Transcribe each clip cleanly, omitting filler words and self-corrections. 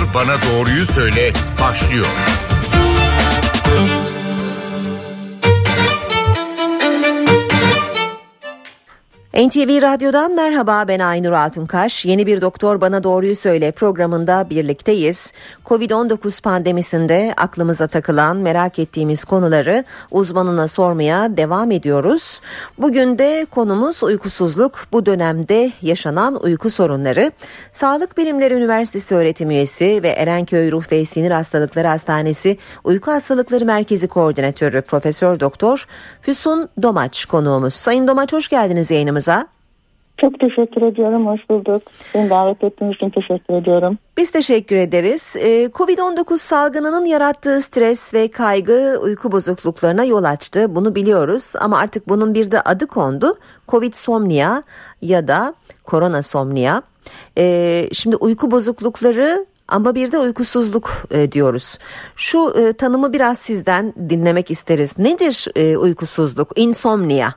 Bana Doğruyu Söyle başlıyor. NTV Radyo'dan merhaba, ben Aynur Altunkaş. Yeni bir Doktor Bana Doğruyu Söyle programında birlikteyiz. Covid-19 pandemisinde aklımıza takılan, merak ettiğimiz konuları uzmanına sormaya devam ediyoruz. Bugün de konumuz uykusuzluk, bu dönemde yaşanan uyku sorunları. Sağlık Bilimleri Üniversitesi öğretim üyesi ve Erenköy Ruh ve Sinir Hastalıkları Hastanesi Uyku Hastalıkları Merkezi Koordinatörü Profesör Doktor Füsun Domaç konuğumuz. Sayın Domaç, hoş geldiniz yayınımıza. Çok teşekkür ediyorum, hoş bulduk. Beni davet ettiğiniz için teşekkür ediyorum. Biz teşekkür ederiz. Covid-19 salgınının yarattığı stres ve kaygı uyku bozukluklarına yol açtı. Bunu biliyoruz ama artık bunun bir de adı kondu. Covid-somnia ya da koronasomnia. Şimdi uyku bozuklukları ama bir de uykusuzluk diyoruz. Şu tanımı biraz sizden dinlemek isteriz. Nedir uykusuzluk, insomnia?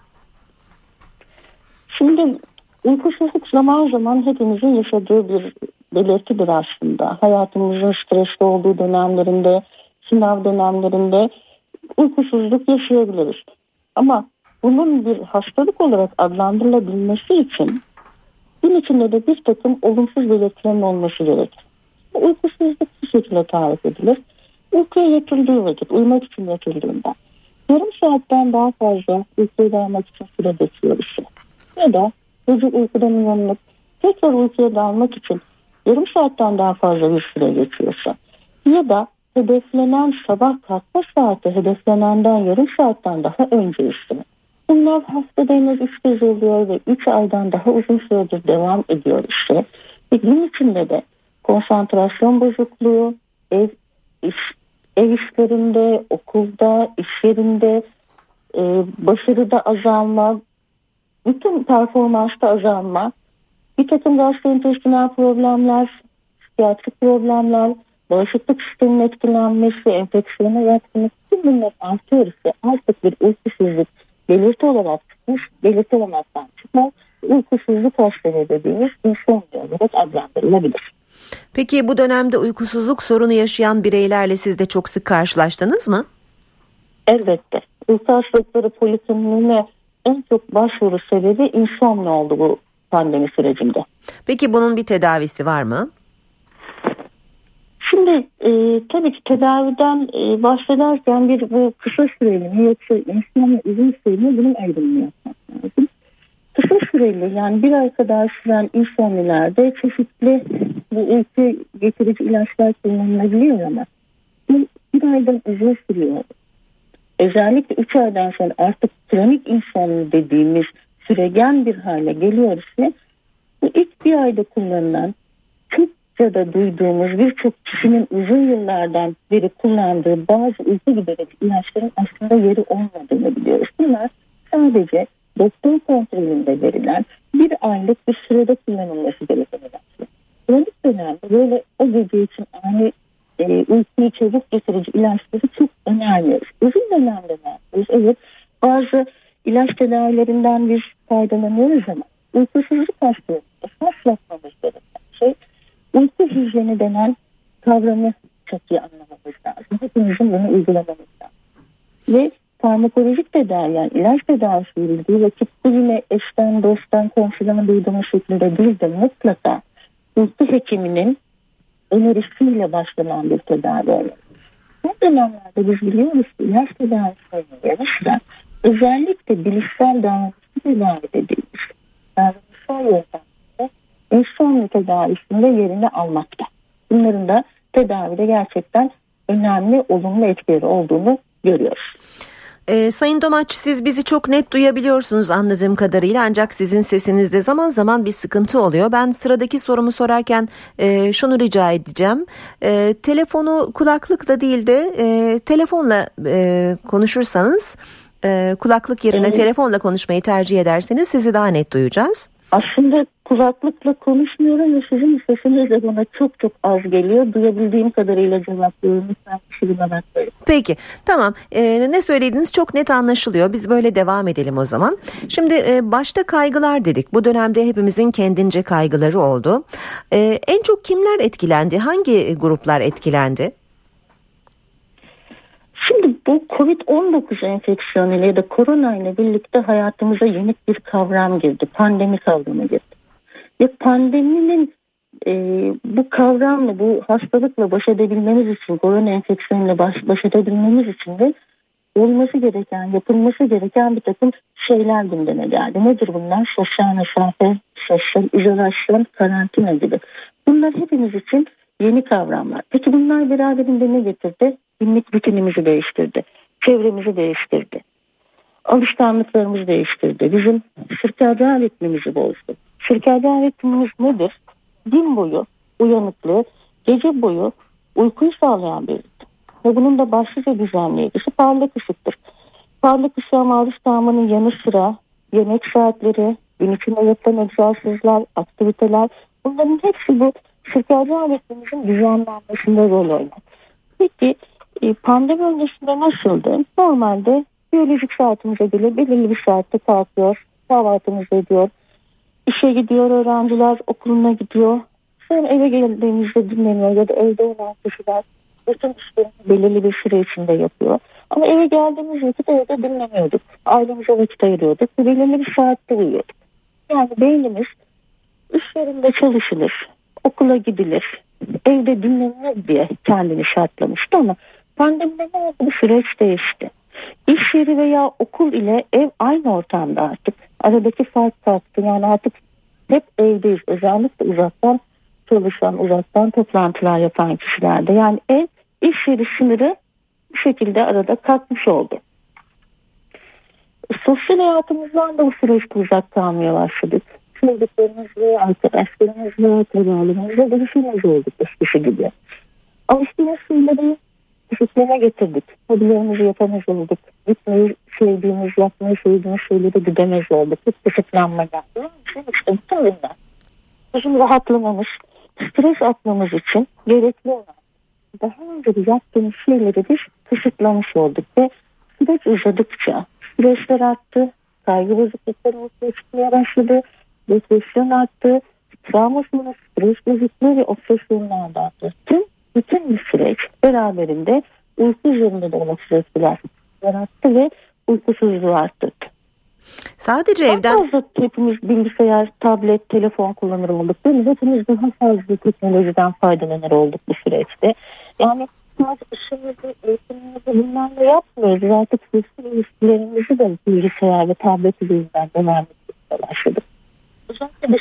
Şimdi uykusuzluk zaman zaman hepimizin yaşadığı bir belirtidir aslında. Hayatımızın stresli olduğu dönemlerinde, sınav dönemlerinde uykusuzluk yaşayabiliriz. Ama bunun bir hastalık olarak adlandırılabilmesi için gün içinde de bir takım olumsuz belirtilerin olması gerekir. Uykusuzluk bu şekilde tarif edilir. Uykuya yatıldığı vakit, uyumak için yatıldığında yarım saatten daha fazla uykuya dalmak için süre geçiyor ise ya da gece uykudan uyanıp tekrar uykuya dalmak için yarım saatten daha fazla bir süre geçiyorsa ya da hedeflenen sabah kalkma saati hedeflenenden yarım saatten daha önce ise, bunlar haftada en az 3 kez oluyor ve 3 aydan daha uzun süredir devam ediyor ise ve gün içinde de konsantrasyon bozukluğu, ev işlerinde, okulda, iş yerinde, başarıda azalma, bütün performansta azalma, bir takım gastrointestinal problemler, psikiyatrik problemler, bağışıklık sisteminin etkilenmesi ve enfeksiyona yatkınlık, tüm bunlar artıyor ise artık bir uykusuzluk belirti olarak çıkmış, belirti olmaktan çıkmaz, uykusuzluk hastalığı dediğimiz insomnia olarak adlandırılabilir. Peki bu dönemde uykusuzluk sorunu yaşayan bireylerle siz de çok sık karşılaştınız mı? Elbette. Uyku hastalıkları polikliniğine en çok başvuru sebebi insomnia oldu bu pandemi sürecinde. Peki bunun bir tedavisi var mı? Şimdi tabii ki tedaviden bahsederken bu kısa süreli mi yoksa insomnia uzun süreli mi, bunun ayrımını yapmak lazım. Kısa süreli, yani bir ay kadar süren insomnilerde çeşitli bu uyku getirici ilaçlar kullanılabiliyor ama bu bir aydan uzun sürüyor. Özellikle 3 aydan sonra artık kronik insomnia dediğimiz süregen bir hale geliyor ise bu ilk bir ayda kullanılan, çokça da duyduğumuz birçok kişinin uzun yıllardan beri kullandığı bazı uyku giderici ilaçların aslında yeri olmadığını biliyoruz. Bunlar sadece doktor kontrolünde verilen bir aylık bir sürede kullanılması gereken ilaçlar. Kronik dönemde böyle o gece için ani uykuyu çabuk getirici ilaçları çok önermiyoruz. Uzun dönemde ne yapıyoruz? Evet, bazı ilaç tedavilerinden biz faydalanıyoruz ama uykusuzluk hastalığında esas yapmamız gereken şey uyku hijyeni denen kavramı çok iyi anlamamız lazım. Hepimizin bunu uygulamamız lazım. Ve farmakolojik tedavi, yani ilaç tedavisi verildiği vakit bu yine eşten, dosttan, komşudan duyduğumuz şekilde değil de mutlaka uyku hekiminin önerisiyle başlanan bir tedavi olur. Bu dönemlerde biz biliyoruz ki ilaç tedavisinin yanı sıra özellikle bilişsel davranışlı tedavi dediğimiz davranışsal yöntemde insomnia tedavisinde yerini almakta. Bunların da tedavide gerçekten önemli, olumlu etkileri olduğunu görüyoruz. Sayın Domaç, siz bizi çok net duyabiliyorsunuz anladığım kadarıyla, ancak sizin sesinizde zaman zaman bir sıkıntı oluyor. Ben sıradaki sorumu sorarken şunu rica edeceğim. Telefonu kulaklıkla değil de telefonla konuşursanız, kulaklık yerine telefonla konuşmayı tercih ederseniz sizi daha net duyacağız. Aslında kulaklıkla konuşmuyorum ve sizin sesiniz de bana çok çok az geliyor. Duyabildiğim kadarıyla cevaplıyorum. Lütfen kişiliğine bakmayın. Peki, tamam. Ne söylediğiniz çok net anlaşılıyor. Biz böyle devam edelim o zaman. Şimdi başta kaygılar dedik. Bu dönemde hepimizin kendince kaygıları oldu. En çok kimler etkilendi? Hangi gruplar etkilendi? Şimdi bu Covid-19 enfeksiyonu ya da korona ile birlikte hayatımıza yeni bir kavram girdi. Pandemi kavramı girdi. Ve pandeminin bu kavramla, bu hastalıkla baş edebilmemiz için, korona enfeksiyonuyla baş edebilmemiz için de olması gereken, yapılması gereken bir takım şeyler gündeme geldi. Nedir bunlar? Sosyal mesafe, sosyal izolasyon, karantina gibi. Bunlar hepimiz için yeni kavramlar. Peki bunlar beraberinde ne getirdi? Günlük rutinimizi değiştirdi. Çevremizi değiştirdi. Alışkanlıklarımızı değiştirdi. Bizim sirkadiyen ritmimizi bozdu. Sirkadiyen ritmimiz nedir? Gün boyu uyanıklığı, gece boyu uykuyu sağlayan bir ritim. Ve bunun da başlıca düzenleyicisi parlak ışıktır. Parlak ışığa maruz kalmanın yanı sıra yemek saatleri, gün içinde yapılan egzersizler, aktiviteler, bunların hepsi bu sirkadiyen ritmimizin düzenlenmesinde rol oynar. Peki pandemi öncesinde nasıldı? Normalde biyolojik saatimize göre belirli bir saatte kalkıyor, kahvaltımızı ediyor, işe gidiyor, öğrenciler okuluna gidiyor. Sonra eve geldiğimizde dinleniyor ya da evde olan kişiler bütün işlerini belirli bir süre içinde yapıyor. Ama eve geldiğimiz vakit evde dinleniyorduk. Ailemize vakit ayırıyorduk. Belirli bir saatte uyuyorduk. Yani beynimiz iş yerinde çalışılır, okula gidilir, evde dinlenir diye kendini şartlamıştı ama pandemide ne oldu? Bu süreç değişti. İş yeri veya okul ile ev aynı ortamda artık. Aradaki fark kalktı. Yani artık hep evdeyiz. Özellikle uzaktan çalışan, uzaktan toplantılar yapan kişilerde. Yani ev, iş yeri sınırı bu şekilde arada kalkmış oldu. Sosyal hayatımızdan da bu süreçte uzak kalmaya başladık. Sevdiklerimizle, arkadaşlarımızla, akrabalarımızla görüşmemiz olduk eskisi gibi. Alıştığımız şeyleri kısıtlama getirdik. Hobilerimizi yapamaz olduk. Gitmeyi sevdiğimiz, yapmayı sevdiğimiz şeyleri gidemez olduk. Hiç kısıtlanma geldi. İşte bütün bunlar bizim rahatlamamız, stres atmamız için gerekli olan daha önce de yaptığımız şeyleri biz kısıtlamış olduk ve süreç uzadıkça stresler arttı, kaygı bozuklukları ortaya çıkmaya başladı, depresyon arttı, travmasının stres bozukluğu ve obsesyonlar da arttı. Bütün bir süreç beraberinde uyku üzerinde de olumsuz etkiler yarattı ve uykusuzluğu arttırdı. Sadece evden... Fazla hepimiz bilgisayar, tablet, telefon kullanır olduk. Değil mi? Hepimiz daha fazla teknolojiden faydalanır olduk bu süreçte. Yani sadece işimizi, eğitimimizi bunlarla yapmıyoruz. Artık sosyal ilişkilerimizi de bilgisayar ve tablet üzerinden devam etmeye başladık. Özellikle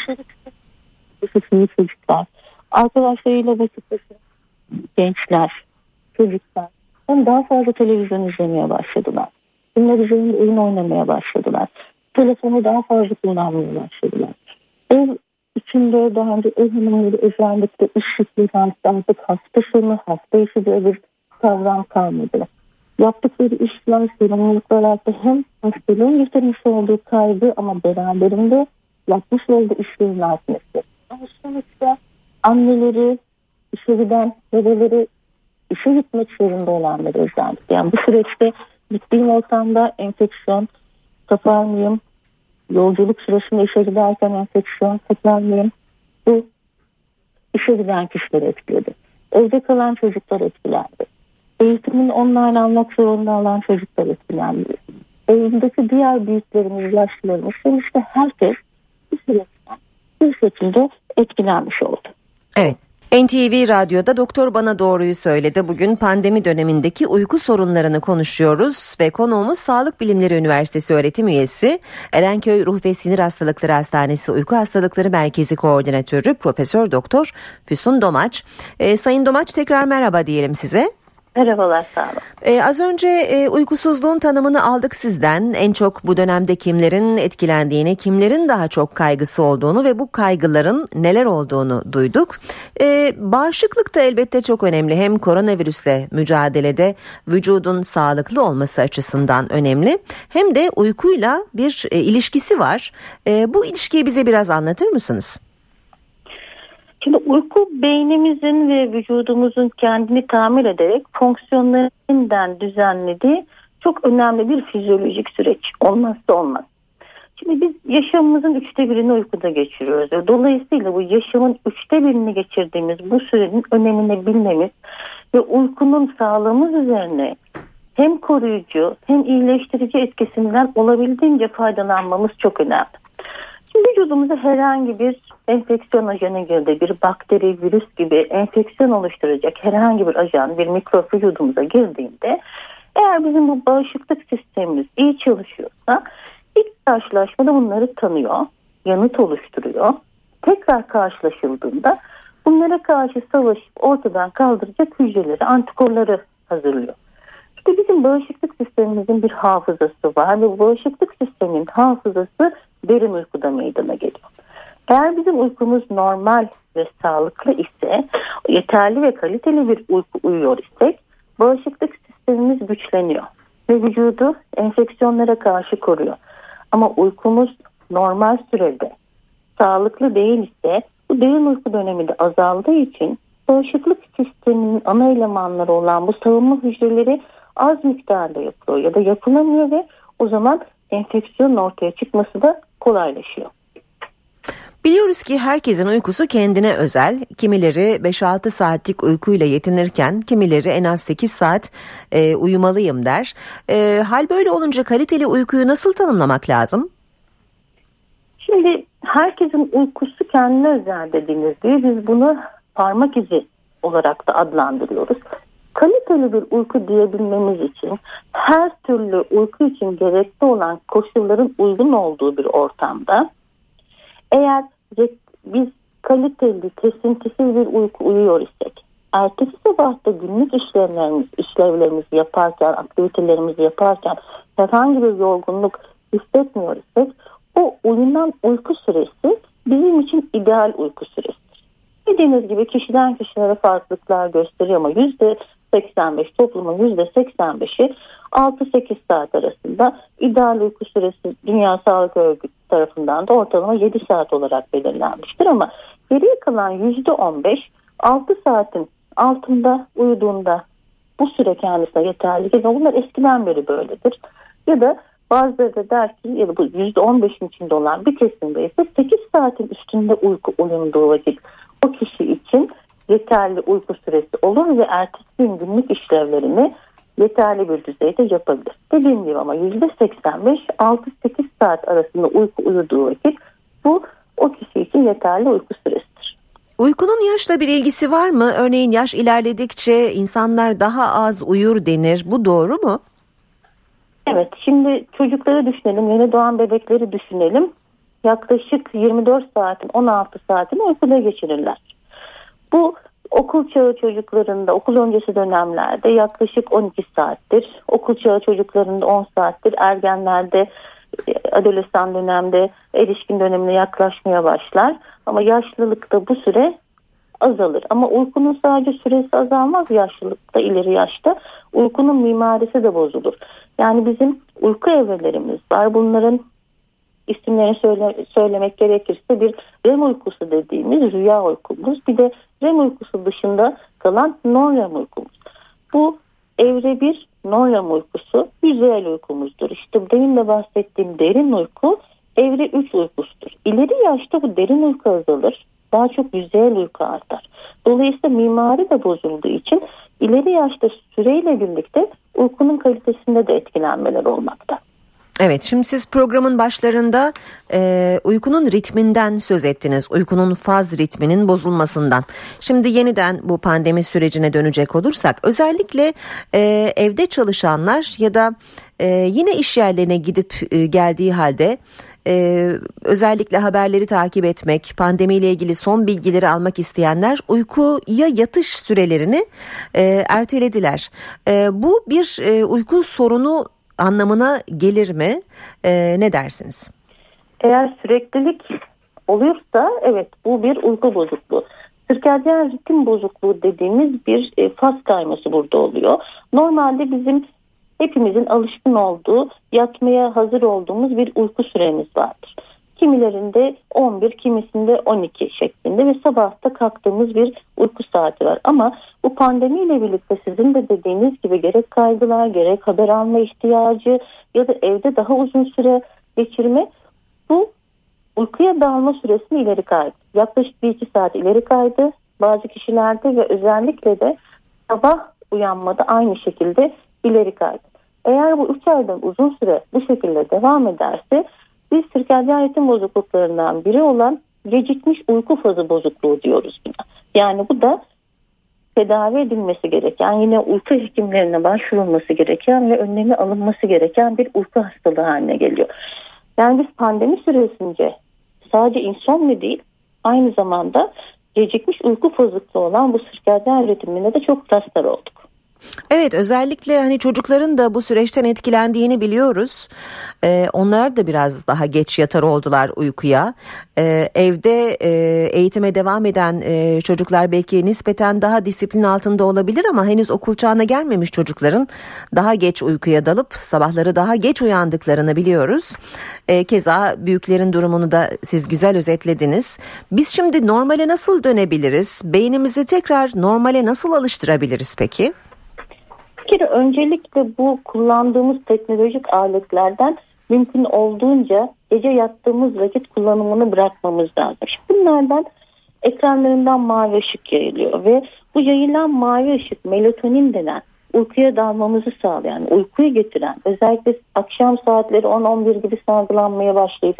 dışarı çocuklar, arkadaşlarıyla vakit geçiren gençler, çocuklar daha fazla televizyon izlemeye başladılar. Bunlar üzerinde oyun oynamaya başladılar. Telefonu daha fazla kullanmaya başladılar. Ev içinde daha önce ev hanımları özellikle iş yükleri artık hafta sonu, hafta içi diye bir kavram kalmadı. Yaptıkları işler, sorumluluklar artık hem hastalığın getirmiş olduğu kaygı ama beraberinde yapmış olduğu işlerin artması. Ama sonuçta anneleri, işe giden babaları, işe gitmek zorunda olanları özellikle. Yani bu süreçte gittiğim ortamda enfeksiyon kapar mıyım? Yolculuk sırasında işe giderken enfeksiyon kapar mıyım? Bu işe giden kişileri etkiledi. Evde kalan çocuklar etkilendi. Eğitimin online almak zorunda olan çocuklar etkilendi. Evindeki diğer büyüklerimiz, yaşlılarımız, sonuçta herkes bu süreçten bir şekilde etkilenmiş oldu. Evet. NTV Radyo'da Doktor Bana Doğruyu Söyledi. Bugün pandemi dönemindeki uyku sorunlarını konuşuyoruz ve konuğumuz Sağlık Bilimleri Üniversitesi öğretim üyesi Erenköy Ruh ve Sinir Hastalıkları Hastanesi Uyku Hastalıkları Merkezi Koordinatörü Profesör Doktor Füsun Domaç. Sayın Domaç, tekrar merhaba diyelim size. Merhabalar, sağ olun. Az önce uykusuzluğun tanımını aldık sizden. En çok bu dönemde kimlerin etkilendiğini, kimlerin daha çok kaygısı olduğunu ve bu kaygıların neler olduğunu duyduk. Bağışıklık da elbette çok önemli. Hem koronavirüsle mücadelede vücudun sağlıklı olması açısından önemli. Hem de uykuyla bir ilişkisi var. Bu ilişkiyi bize biraz anlatır mısınız? Şimdi uyku beynimizin ve vücudumuzun kendini tamir ederek fonksiyonlarından düzenlediği çok önemli bir fizyolojik süreç. Olmazsa olmaz. Şimdi biz yaşamımızın 1/3'ünü uykuda geçiriyoruz. Dolayısıyla bu yaşamın 1/3'ünü geçirdiğimiz bu sürenin önemini bilmemiz ve uykunun sağlığımız üzerine hem koruyucu hem iyileştirici etkisinden olabildiğince faydalanmamız çok önemli. Şimdi vücudumuza herhangi bir enfeksiyon ajanı girdi, bir bakteri, virüs gibi enfeksiyon oluşturacak herhangi bir ajan, bir mikrop vücudumuza girdiğinde eğer bizim bu bağışıklık sistemimiz iyi çalışıyorsa ilk karşılaşmada bunları tanıyor, yanıt oluşturuyor. Tekrar karşılaşıldığında bunlara karşı savaşıp ortadan kaldıracak hücreleri, antikorları hazırlıyor. İşte bizim bağışıklık sistemimizin bir hafızası var ve bu bağışıklık sisteminin hafızası derin uykuda meydana geliyor. Eğer bizim uykumuz normal ve sağlıklı ise, yeterli ve kaliteli bir uyku uyuyor isek, bağışıklık sistemimiz güçleniyor ve vücudu enfeksiyonlara karşı koruyor. Ama uykumuz normal sürede sağlıklı değil ise, bu derin uyku dönemi de azaldığı için bağışıklık sisteminin ana elemanları olan bu savunma hücreleri az miktarda yapılıyor ya da yapılamıyor ve o zaman enfeksiyonun ortaya çıkması da kolaylaşıyor. Biliyoruz ki herkesin uykusu kendine özel. Kimileri 5-6 saatlik uykuyla yetinirken kimileri en az 8 saat uyumalıyım der. Hal böyle olunca kaliteli uykuyu nasıl tanımlamak lazım? Şimdi herkesin uykusu kendine özel dediğiniz gibi biz bunu parmak izi olarak da adlandırıyoruz. Kaliteli bir uyku diyebilmemiz için her türlü uyku için gerekli olan koşulların uygun olduğu bir ortamda eğer biz kaliteli, kesintisiz bir uyku uyuyor isek, ertesi sabahta günlük işlevlerimizi yaparken, aktivitelerimizi yaparken herhangi bir yorgunluk hissetmiyor isek, o uyunan uyku süresi bizim için ideal uyku süresidir. Dediğiniz gibi kişiden kişilere farklılıklar gösteriyor ama %85, toplumun %85'i 6-8 saat arasında, ideal uyku süresi Dünya Sağlık Örgütü tarafından da ortalama 7 saat olarak belirlenmiştir ama geriye kalan %15 6 saatin altında uyuduğunda bu süre kendisine yeterli değil. Bunlar eskiden beri böyledir. Ya da bazıları da der ki, ya da bu %15'in içinde olan bir kesimde ise 8 saatin üstünde uyku uyunduğu vakit o kişi için yeterli uyku süresi olur ve ertesi gün günlük işlevlerini yeterli bir düzeyde yapabilir. Dediğim gibi ama %85 6-8 saat arasında uyku uyuduğu vakit bu o kişi için yeterli uyku süresidir. Uykunun yaşla bir ilgisi var mı? Örneğin yaş ilerledikçe insanlar daha az uyur denir. Bu doğru mu? Evet, şimdi çocukları düşünelim, yeni doğan bebekleri düşünelim. Yaklaşık 24 saatin 16 saatini uykuda geçirirler. Bu okul çağı çocuklarında, okul öncesi dönemlerde yaklaşık 12 saattir. Okul çağı çocuklarında 10 saattir. Ergenlerde, adolesan dönemde, erişkin dönemine yaklaşmaya başlar. Ama yaşlılıkta bu süre azalır. Ama uykunun sadece süresi azalmaz yaşlılıkta, ileri yaşta. Uykunun mimarisi de bozulur. Yani bizim uyku evrelerimiz var. Bunların isimlerini söylemek gerekirse bir REM uykusu dediğimiz rüya uykumuz, bir de REM uykusu dışında kalan non-REM uykumuz. Bu evre 1 non-REM uykusu yüzeyel uykumuzdur. İşte demin de bahsettiğim derin uyku evre 3 uykusudur. İleri yaşta bu derin uyku azalır, daha çok yüzeyel uyku artar. Dolayısıyla mimari de bozulduğu için ileri yaşta süreyle birlikte uykunun kalitesinde de etkilenmeler olmakta. Evet, şimdi siz programın başlarında uykunun ritminden söz ettiniz. Uykunun faz ritminin bozulmasından. Şimdi yeniden bu pandemi sürecine dönecek olursak özellikle evde çalışanlar ya da yine iş yerlerine gidip geldiği halde özellikle haberleri takip etmek, pandemiyle ilgili son bilgileri almak isteyenler uykuya yatış sürelerini ertelediler. Bu bir uyku sorunu anlamına gelir mi? Ne dersiniz? Eğer süreklilik olursa evet, bu bir uyku bozukluğu. Sirkadyen ritim bozukluğu dediğimiz bir faz kayması burada oluyor. Normalde bizim hepimizin alışkın olduğu, yatmaya hazır olduğumuz bir uyku süremiz vardır. Kimilerinde 11, kimisinde 12 şeklinde ve sabahta kalktığımız bir uyku saati var. Ama bu pandemiyle birlikte sizin de dediğiniz gibi gerek kaygılar, gerek haber alma ihtiyacı ya da evde daha uzun süre geçirme, bu uykuya dalma süresini ileri kaydı. Yaklaşık 1-2 saat ileri kaydı. Bazı kişilerde ve özellikle de sabah uyanmada aynı şekilde ileri kaydı. Eğer bu 3 aydan uzun süre bu şekilde devam ederse biz sirkadyen ritim bozukluklarından biri olan gecikmiş uyku fazı bozukluğu diyoruz buna. Yani bu da tedavi edilmesi gereken, yine uyku hekimlerine başvurulması gereken ve önlemi alınması gereken bir uyku hastalığı haline geliyor. Yani biz pandemi süresince sadece insomnia değil, aynı zamanda gecikmiş uyku bozukluğu olan bu sirkadyen ritimine de çok rastlar olduk. Evet, özellikle hani çocukların da bu süreçten etkilendiğini biliyoruz. Onlar da biraz daha geç yatar oldular uykuya. Evde eğitime devam eden çocuklar belki nispeten daha disiplin altında olabilir ama henüz okul çağına gelmemiş çocukların daha geç uykuya dalıp sabahları daha geç uyandıklarını biliyoruz. Keza büyüklerin durumunu da siz güzel özetlediniz. Biz şimdi normale nasıl dönebiliriz? Beynimizi tekrar normale nasıl alıştırabiliriz peki? Bir kere öncelikle bu kullandığımız teknolojik aletlerden mümkün olduğunca gece yattığımız vakit kullanımını bırakmamız lazım. Şimdi bunlardan ekranlarından mavi ışık yayılıyor ve bu yayılan mavi ışık melatonin denen uykuya dalmamızı sağlayan, uykuyu getiren, özellikle akşam saatleri 10-11 gibi salgılanmaya başlayıp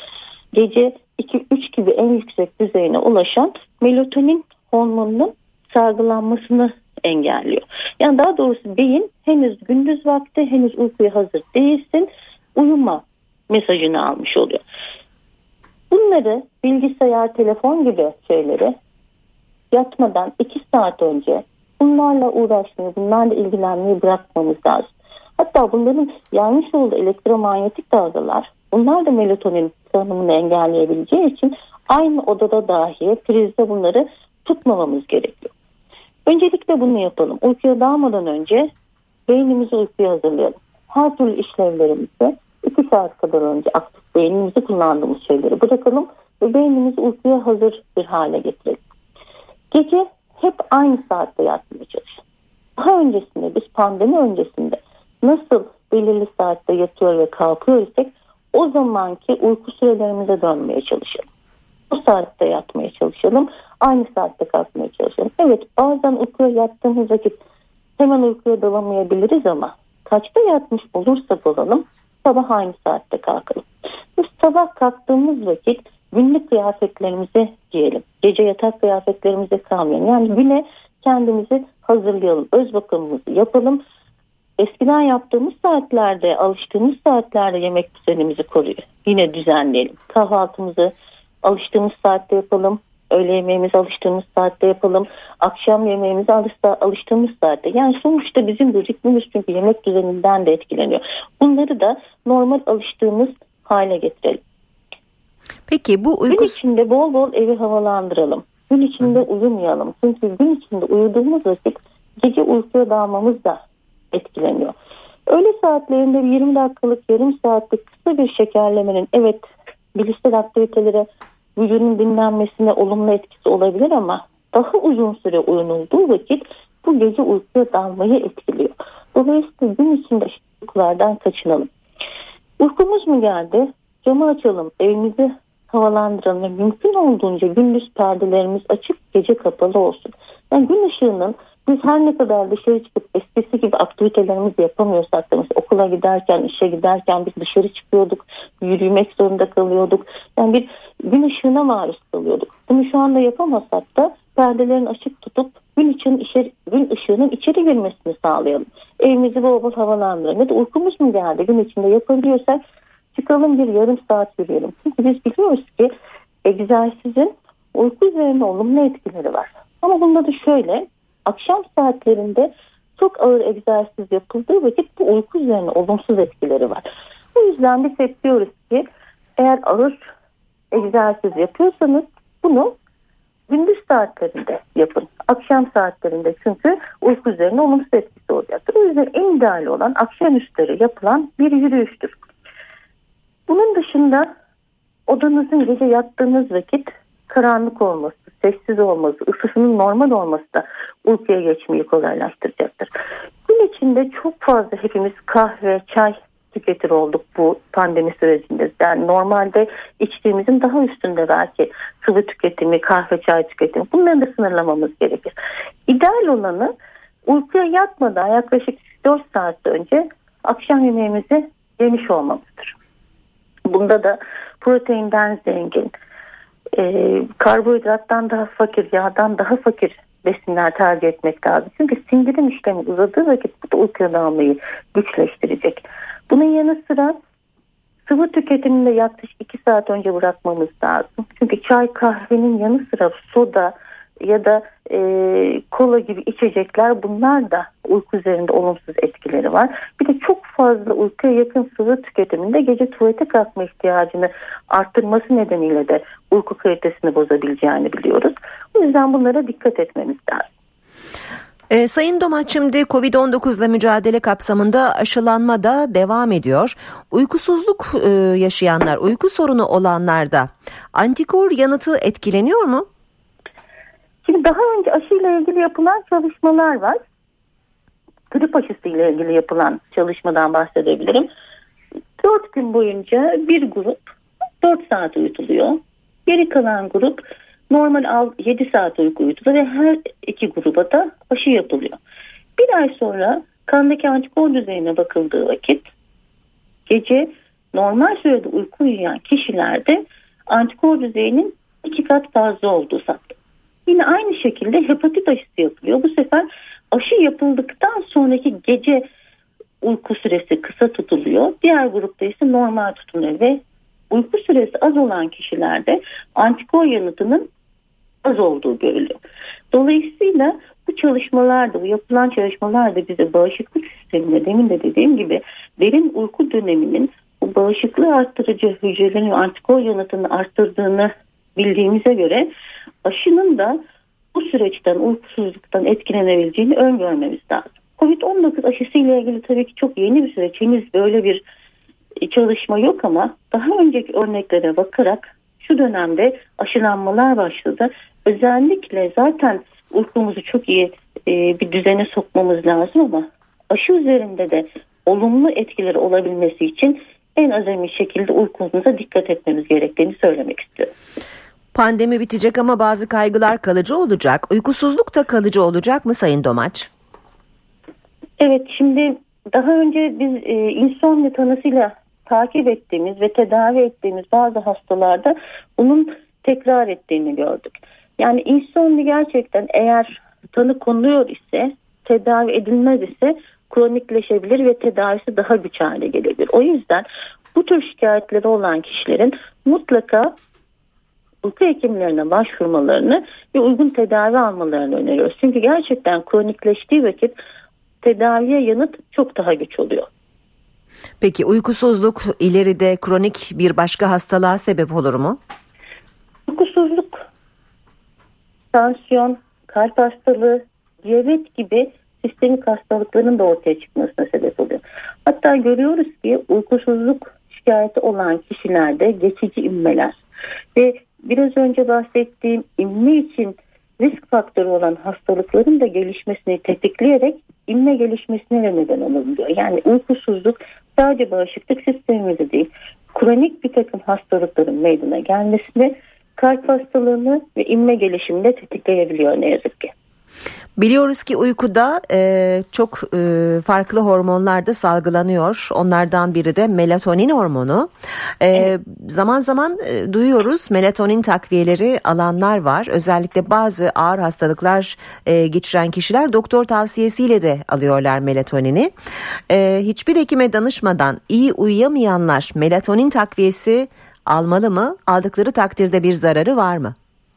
gece 2-3 gibi en yüksek düzeyine ulaşan melatonin hormonunun salgılanmasını engelliyor. Yani daha doğrusu beyin henüz gündüz vakti, henüz uykuya hazır değilsin, uyuma mesajını almış oluyor. Bunları bilgisayar, telefon gibi şeyleri yatmadan 2 saat önce bunlarla uğraşmayı, bunlarla ilgilenmeyi bırakmamız lazım. Hatta bunların yaymış olduğu elektromanyetik dalgalar, bunlar da melatonin salınımını engelleyebileceği için aynı odada dahi prizde bunları tutmamamız gerekiyor. Öncelikle bunu yapalım. Uykuya dalmadan önce beynimizi uykuya hazırlayalım. Her türlü işlevlerimizi 2 saat kadar önce aktif beynimizi kullandığımız şeyleri bırakalım ve beynimizi uykuya hazır bir hale getirelim. Gece hep aynı saatte yatmaya çalışalım. Daha öncesinde, biz pandemi öncesinde nasıl belirli saatte yatıyor ve kalkıyor isek o zamanki uyku sürelerimize dönmeye çalışalım. O saatte yatmaya çalışalım. Aynı saatte kalkmaya çalışalım. Evet, bazen uykuya yattığımız vakit hemen uykuya dalamayabiliriz ama kaçta yatmış olursak olalım sabah aynı saatte kalkalım. Biz sabah kalktığımız vakit günlük kıyafetlerimizi giyelim. Gece yatak kıyafetlerimize kalmayalım. Yani güne kendimizi hazırlayalım. Öz bakımımızı yapalım. Eskiden yaptığımız saatlerde, alıştığımız saatlerde yemek düzenimizi yine düzenleyelim. Kahvaltımızı alıştığımız saatte yapalım. Öğle yemeğimizi alıştığımız saatte yapalım. Akşam yemeğimizi alıştığımız saatte. Yani sonuçta bizim de ritmimiz çünkü yemek düzeninden de etkileniyor. Bunları da normal alıştığımız hale getirelim. Peki bu uyku... Gün içinde bol bol evi havalandıralım. Gün içinde uyumayalım. Çünkü gün içinde uyuduğumuz vakit gece uykuya dalmamız da etkileniyor. Öğle saatlerinde 20 dakikalık, yarım saatlik kısa bir şekerlemenin evet bilişsel aktivitelere, vücudun dinlenmesine olumlu etkisi olabilir ama daha uzun süre uyunulduğu vakit bu gece uykuya dalmayı etkiliyor. Dolayısıyla gün içinde uykulardan kaçınalım. Uykumuz mu geldi? Camı açalım, evimizi havalandıralım ve mümkün olduğunca gündüz perdelerimiz açık, gece kapalı olsun. Yani gün ışığının biz her ne kadar dışarı çıkıp eskisi gibi aktivitelerimizi yapamıyorsak da mesela okula giderken, işe giderken biz dışarı çıkıyorduk, yürümek zorunda kalıyorduk. Yani bir gün ışığına maruz kalıyorduk. Bunu şu anda yapamasak da perdelerin açık tutup gün ışığının içeri girmesini sağlayalım. Evimizi bol bol havalandıralım. Ya da uykumuz mu geldi? Gün içinde yapabiliyorsak çıkalım bir yarım saat yürüyelim. Çünkü biz biliyoruz ki egzersizin uyku üzerinde olumlu etkileri var. Ama bunda da şöyle, akşam saatlerinde çok ağır egzersiz yapıldığı vakit bu uyku üzerine olumsuz etkileri var. O yüzden biz hep diyoruz ki eğer ağır egzersiz yapıyorsanız bunu gündüz saatlerinde yapın. Akşam saatlerinde, çünkü uyku üzerine olumsuz etkisi olacaktır. O yüzden en ideal olan akşamüstleri yapılan bir yürüyüştür. Bunun dışında odanızın gece yattığınız vakit karanlık olması, sessiz olması, ısısının normal olması da uykuya geçmeyi kolaylaştıracaktır. Gün içinde çok fazla hepimiz kahve, çay tüketir olduk bu pandemi sürecinde. Yani normalde içtiğimizin daha üstünde belki sıvı tüketimi, kahve, çay tüketimi. Bunları da sınırlamamız gerekir. İdeal olanı uykuya yatmadan yaklaşık 4 saat önce akşam yemeğimizi yemiş olmamızdır. Bunda da proteinden zengin, karbonhidrattan daha fakir, yağdan daha fakir besinler tercih etmek lazım. Çünkü sindirim işlemi uzadığı vakit bu da uykuya dalmayı güçleştirecek. Bunun yanı sıra sıvı tüketimini de yaklaşık 2 saat önce bırakmamız lazım. Çünkü çay, kahvenin yanı sıra soda ya da kola gibi içecekler, bunlar da uyku üzerinde olumsuz etkileri var. Bir de çok fazla uykuya yakın sıvı tüketiminde gece tuvalete kalkma ihtiyacını arttırması nedeniyle de uyku kalitesini bozabileceğini biliyoruz. O yüzden bunlara dikkat etmemiz lazım. Sayın Domaç, şimdi Covid-19 ile mücadele kapsamında aşılanma da devam ediyor. Uykusuzluk yaşayanlar, uyku sorunu olanlarda antikor yanıtı etkileniyor mu? Şimdi daha önce aşıyla ilgili yapılan çalışmalar var. Grip aşısıyla ilgili yapılan çalışmadan bahsedebilirim. 4 gün boyunca bir grup 4 saat uyutuluyor. Geri kalan grup normal 7 saat uyku uyutuluyor ve her iki gruba da aşı yapılıyor. Bir ay sonra kandaki antikor düzeyine bakıldığı vakit gece normal sürede uyku uyuyan kişilerde antikor düzeyinin 2 kat fazla olduğu saptanıyor. Yine aynı şekilde hepatit aşısı yapılıyor. Bu sefer aşı yapıldıktan sonraki gece uyku süresi kısa tutuluyor. Diğer grupta ise normal tutuluyor ve uyku süresi az olan kişilerde antikor yanıtının az olduğu görülüyor. Dolayısıyla bu çalışmalarda, bu yapılan çalışmalarda bize bağışıklık sistemine, demin de dediğim gibi derin uyku döneminin bu bağışıklığı arttırıcı hücrelerin antikor yanıtını arttırdığını bildiğimize göre aşının da bu süreçten, uykusuzluktan etkilenebileceğini öngörmemiz lazım. Covid-19 aşısıyla ilgili tabii ki çok yeni bir süreç. Henüz böyle bir çalışma yok ama daha önceki örneklere bakarak şu dönemde aşılanmalar başladı. Özellikle zaten uykumuzu çok iyi bir düzene sokmamız lazım ama aşı üzerinde de olumlu etkileri olabilmesi için en azami şekilde uykumuza dikkat etmemiz gerektiğini söylemek istiyorum. Pandemi bitecek ama bazı kaygılar kalıcı olacak. Uykusuzluk da kalıcı olacak mı Sayın Domaç? Evet, şimdi daha önce biz insomnia tanısıyla takip ettiğimiz ve tedavi ettiğimiz bazı hastalarda bunun tekrar ettiğini gördük. Yani insomnia gerçekten eğer tanı konuluyor ise, tedavi edilmez ise kronikleşebilir ve tedavisi daha güç hale gelebilir. O yüzden bu tür şikayetleri olan kişilerin mutlaka uyku hekimlerine başvurmalarını ve uygun tedavi almalarını öneriyoruz. Çünkü gerçekten kronikleştiği vakit tedaviye yanıt çok daha güç oluyor. Peki uykusuzluk ileride kronik bir başka hastalığa sebep olur mu? Uykusuzluk, tansiyon, kalp hastalığı, diyabet gibi sistemik hastalıkların da ortaya çıkmasına sebep oluyor. Hatta görüyoruz ki uykusuzluk şikayeti olan kişilerde geçici inmeler ve biraz önce bahsettiğim inme için risk faktörü olan hastalıkların da gelişmesini tetikleyerek inme gelişmesine de neden olabiliyor. Yani uykusuzluk sadece bağışıklık sistemimizde değil, kronik bir takım hastalıkların meydana gelmesini, kalp hastalığını ve inme gelişimini de tetikleyebiliyor ne yazık ki. Biliyoruz ki uykuda çok farklı hormonlar da salgılanıyor. Onlardan biri de melatonin hormonu. Evet. Zaman zaman duyuyoruz, melatonin takviyeleri alanlar var. Özellikle bazı ağır hastalıklar geçiren kişiler doktor tavsiyesiyle de alıyorlar melatonini. Hiçbir hekime danışmadan iyi uyuyamayanlar melatonin takviyesi almalı mı? Aldıkları takdirde bir zararı var mı?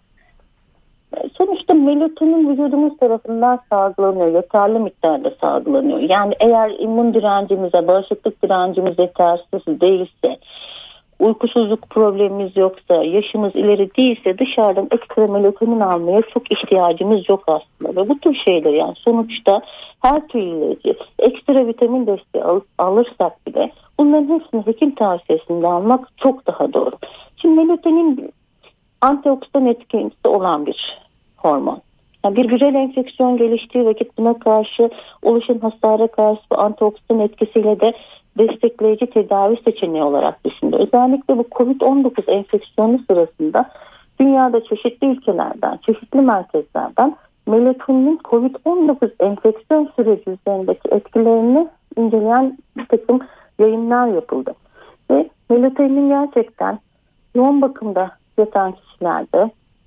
Sonuçta melatonin vücudumuz tarafından salgılanıyor. Yeterli miktarda salgılanıyor. Yani eğer immün direncimize, bağışıklık direncimiz yetersiz değilse, uykusuzluk problemimiz yoksa, yaşımız ileri değilse dışarıdan ekstra melatonin almaya çok ihtiyacımız yok aslında. Ve bu tür şeyler, yani sonuçta her türlü ilacı, ekstra vitamin desteği alırsak bile bunların hepsini hekim tavsiyesinde almak çok daha doğru. Şimdi melatonin antioksidan etkisi olan bir hormon. Yani bir viral enfeksiyon geliştiği vakit buna karşı oluşan hasara karşı bu antioksidan etkisiyle de destekleyici tedavi seçeneği olarak düşünülüyor. Özellikle bu COVID-19 enfeksiyonu sırasında dünyada çeşitli ülkelerden, çeşitli merkezlerden melatoninin COVID-19 enfeksiyon süreci üzerindeki etkilerini inceleyen bir takım yayınlar yapıldı. Ve melatoninin gerçekten yoğun bakımda yatan kişilerde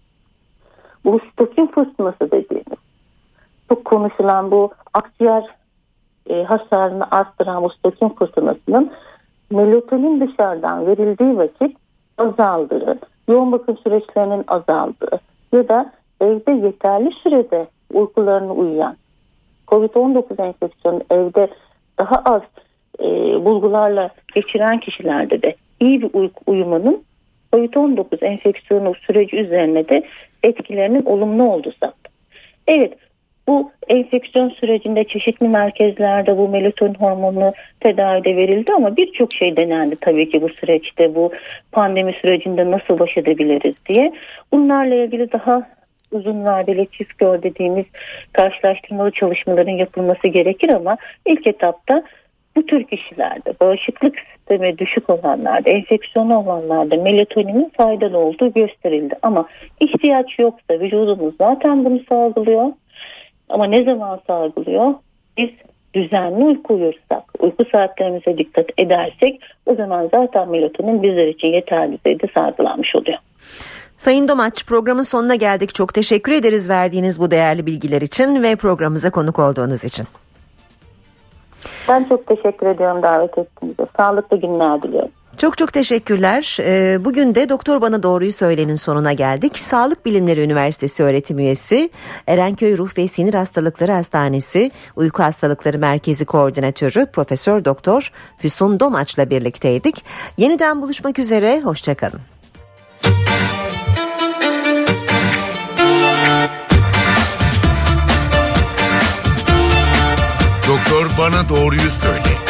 bu stokin fırtınası dediğimiz, çok konuşulan bu akciğer hasarını arttıran bu stokin fırtınasının melatonin dışarıdan verildiği vakit azaldığı, yoğun bakım süreçlerinin azaldığı ya da evde yeterli sürede uykularını uyuyan, COVID-19 enfeksiyonu evde daha az bulgularla geçiren kişilerde de iyi bir uyku uyumanın COVID-19 enfeksiyonu süreci üzerine de etkilerinin olumlu olduğu saptandı. Evet, bu enfeksiyon sürecinde çeşitli merkezlerde bu melatonin hormonu tedavide verildi ama birçok şey denendi tabii ki bu süreçte, bu pandemi sürecinde nasıl baş edebiliriz diye. Bunlarla ilgili daha uzun vadeli çift kör dediğimiz karşılaştırmalı çalışmaların yapılması gerekir ama ilk etapta bu tür kişilerde, bağışıklık sistemi düşük olanlarda, enfeksiyonu olanlarda melatoninin faydalı olduğu gösterildi. Ama ihtiyaç yoksa vücudumuz zaten bunu salgılıyor. Ama ne zaman salgılıyor? Biz düzenli uyku uyursak, uyku saatlerimize dikkat edersek o zaman zaten melatonin bizler için yeterli düzeyde salgılanmış oluyor. Sayın Domaç, programın sonuna geldik. Çok teşekkür ederiz verdiğiniz bu değerli bilgiler için ve programımıza konuk olduğunuz için. Ben çok teşekkür ediyorum davet ettiğinize. Sağlıklı günler diliyorum. Çok çok teşekkürler. Bugün de Doktor Bana Doğruyu Söyle'nin sonuna geldik. Sağlık Bilimleri Üniversitesi öğretim üyesi, Erenköy Ruh ve Sinir Hastalıkları Hastanesi Uyku Hastalıkları Merkezi Koordinatörü Profesör Doktor Füsun Domaç'la birlikteydik. Yeniden buluşmak üzere, hoşçakalın. Doktor Bana Doğruyu Söyle.